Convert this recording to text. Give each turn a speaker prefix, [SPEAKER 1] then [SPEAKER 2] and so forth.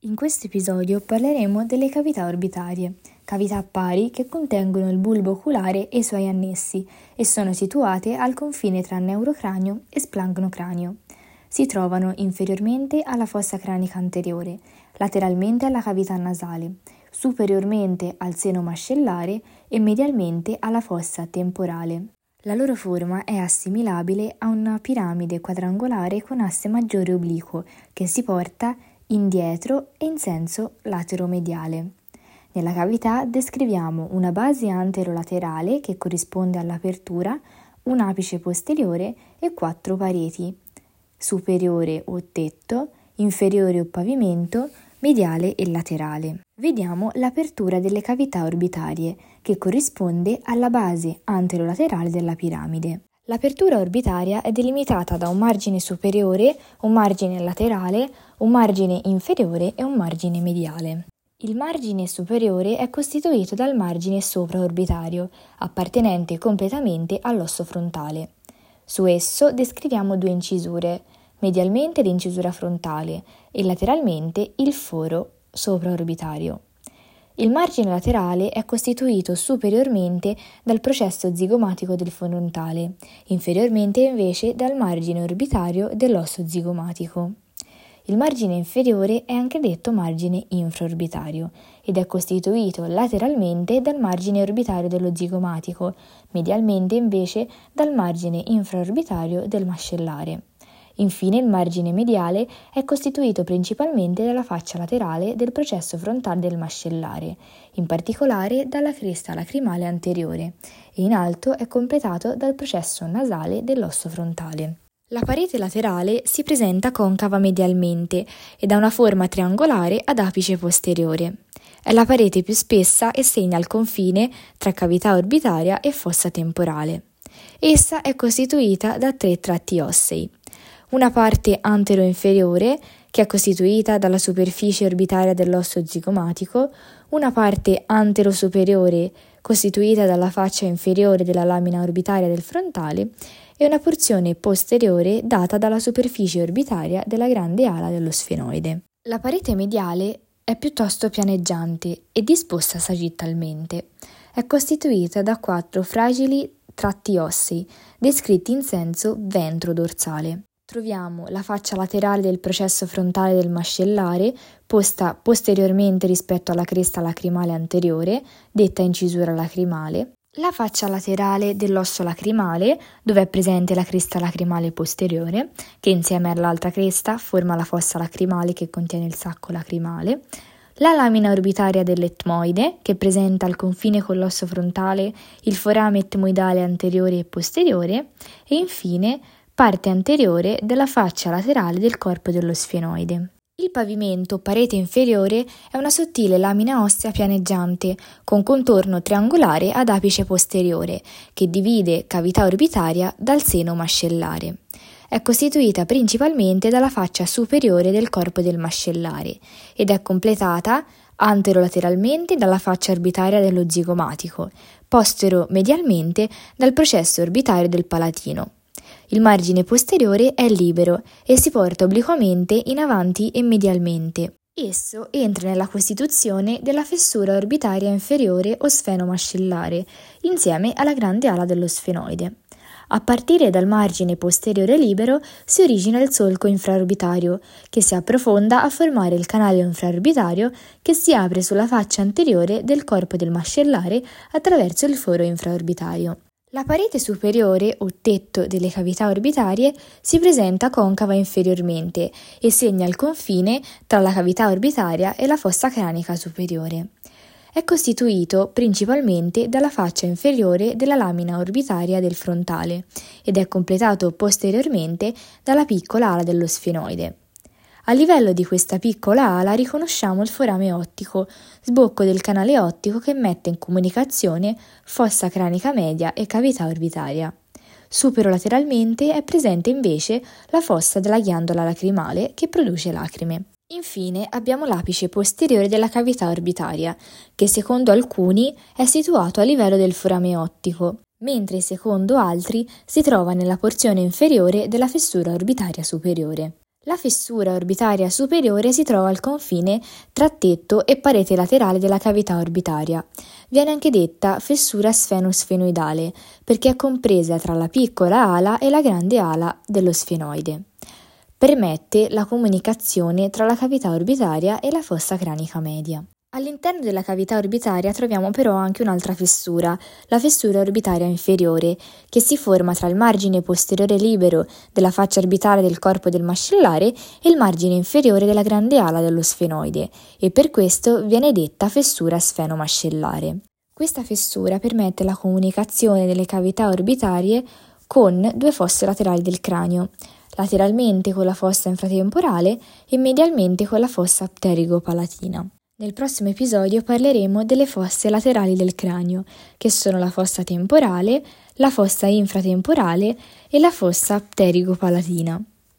[SPEAKER 1] In questo episodio parleremo delle cavità orbitarie, cavità pari che contengono il bulbo oculare e i suoi annessi e sono situate al confine tra neurocranio e splancnocranio. Si trovano inferiormente alla fossa cranica anteriore, lateralmente alla cavità nasale, superiormente al seno mascellare e medialmente alla fossa temporale. La loro forma è assimilabile a una piramide quadrangolare con asse maggiore obliquo che si porta indietro e in senso lateromediale. Nella cavità descriviamo una base anterolaterale che corrisponde all'apertura, un apice posteriore e 4 pareti, superiore o tetto, inferiore o pavimento, mediale e laterale. Vediamo l'apertura delle cavità orbitarie, che corrisponde alla base anterolaterale della piramide. L'apertura orbitaria è delimitata da un margine superiore, un margine laterale, un margine inferiore e un margine mediale. Il margine superiore è costituito dal margine sopraorbitario, appartenente completamente all'osso frontale. Su esso descriviamo 2 incisure, medialmente l'incisura frontale e lateralmente il foro sopraorbitario. Il margine laterale è costituito superiormente dal processo zigomatico del frontale, inferiormente invece dal margine orbitario dell'osso zigomatico. Il margine inferiore è anche detto margine infraorbitario ed è costituito lateralmente dal margine orbitario dello zigomatico, medialmente invece dal margine infraorbitario del mascellare. Infine il margine mediale è costituito principalmente dalla faccia laterale del processo frontale del mascellare, in particolare dalla cresta lacrimale anteriore, e in alto è completato dal processo nasale dell'osso frontale. La parete laterale si presenta concava medialmente ed ha una forma triangolare ad apice posteriore. È la parete più spessa e segna il confine tra cavità orbitaria e fossa temporale. Essa è costituita da 3 tratti ossei. Una parte antero-inferiore, che è costituita dalla superficie orbitaria dell'osso zigomatico, una parte antero-superiore, costituita dalla faccia inferiore della lamina orbitaria del frontale, e una porzione posteriore data dalla superficie orbitaria della grande ala dello sfenoide. La parete mediale è piuttosto pianeggiante e disposta sagittalmente. È costituita da 4 fragili tratti ossei, descritti in senso ventro-dorsale. Troviamo la faccia laterale del processo frontale del mascellare, posta posteriormente rispetto alla cresta lacrimale anteriore, detta incisura lacrimale, la faccia laterale dell'osso lacrimale, dove è presente la cresta lacrimale posteriore, che insieme all'altra cresta forma la fossa lacrimale che contiene il sacco lacrimale, la lamina orbitaria dell'etmoide, che presenta al confine con l'osso frontale il forame etmoidale anteriore e posteriore, e infine parte anteriore della faccia laterale del corpo dello sfenoide. Il pavimento, parete inferiore, è una sottile lamina ossea pianeggiante con contorno triangolare ad apice posteriore che divide cavità orbitaria dal seno mascellare. È costituita principalmente dalla faccia superiore del corpo del mascellare ed è completata anterolateralmente dalla faccia orbitaria dello zigomatico, postero-medialmente dal processo orbitario del palatino. Il margine posteriore è libero e si porta obliquamente in avanti e medialmente. Esso entra nella costituzione della fessura orbitaria inferiore o sfeno mascellare, insieme alla grande ala dello sfenoide. A partire dal margine posteriore libero si origina il solco infraorbitario, che si approfonda a formare il canale infraorbitario che si apre sulla faccia anteriore del corpo del mascellare attraverso il foro infraorbitario. La parete superiore o tetto delle cavità orbitarie si presenta concava inferiormente e segna il confine tra la cavità orbitaria e la fossa cranica superiore. È costituito principalmente dalla faccia inferiore della lamina orbitaria del frontale ed è completato posteriormente dalla piccola ala dello sfenoide. A livello di questa piccola ala riconosciamo il forame ottico, sbocco del canale ottico che mette in comunicazione fossa cranica media e cavità orbitaria. Superolateralmente è presente invece la fossa della ghiandola lacrimale che produce lacrime. Infine abbiamo l'apice posteriore della cavità orbitaria, che secondo alcuni è situato a livello del forame ottico, mentre secondo altri si trova nella porzione inferiore della fessura orbitaria superiore. La fessura orbitaria superiore si trova al confine tra tetto e parete laterale della cavità orbitaria. Viene anche detta fessura sfeno-sfenoidale perché è compresa tra la piccola ala e la grande ala dello sfenoide. Permette la comunicazione tra la cavità orbitaria e la fossa cranica media. All'interno della cavità orbitaria troviamo però anche un'altra fessura, la fessura orbitaria inferiore, che si forma tra il margine posteriore libero della faccia orbitale del corpo del mascellare e il margine inferiore della grande ala dello sfenoide, e per questo viene detta fessura sfenomascellare. Questa fessura permette la comunicazione delle cavità orbitarie con due fosse laterali del cranio, lateralmente con la fossa infratemporale e medialmente con la fossa pterigo-palatina. Nel prossimo episodio parleremo delle fosse laterali del cranio, che sono la fossa temporale, la fossa infratemporale e la fossa pterigo-palatina.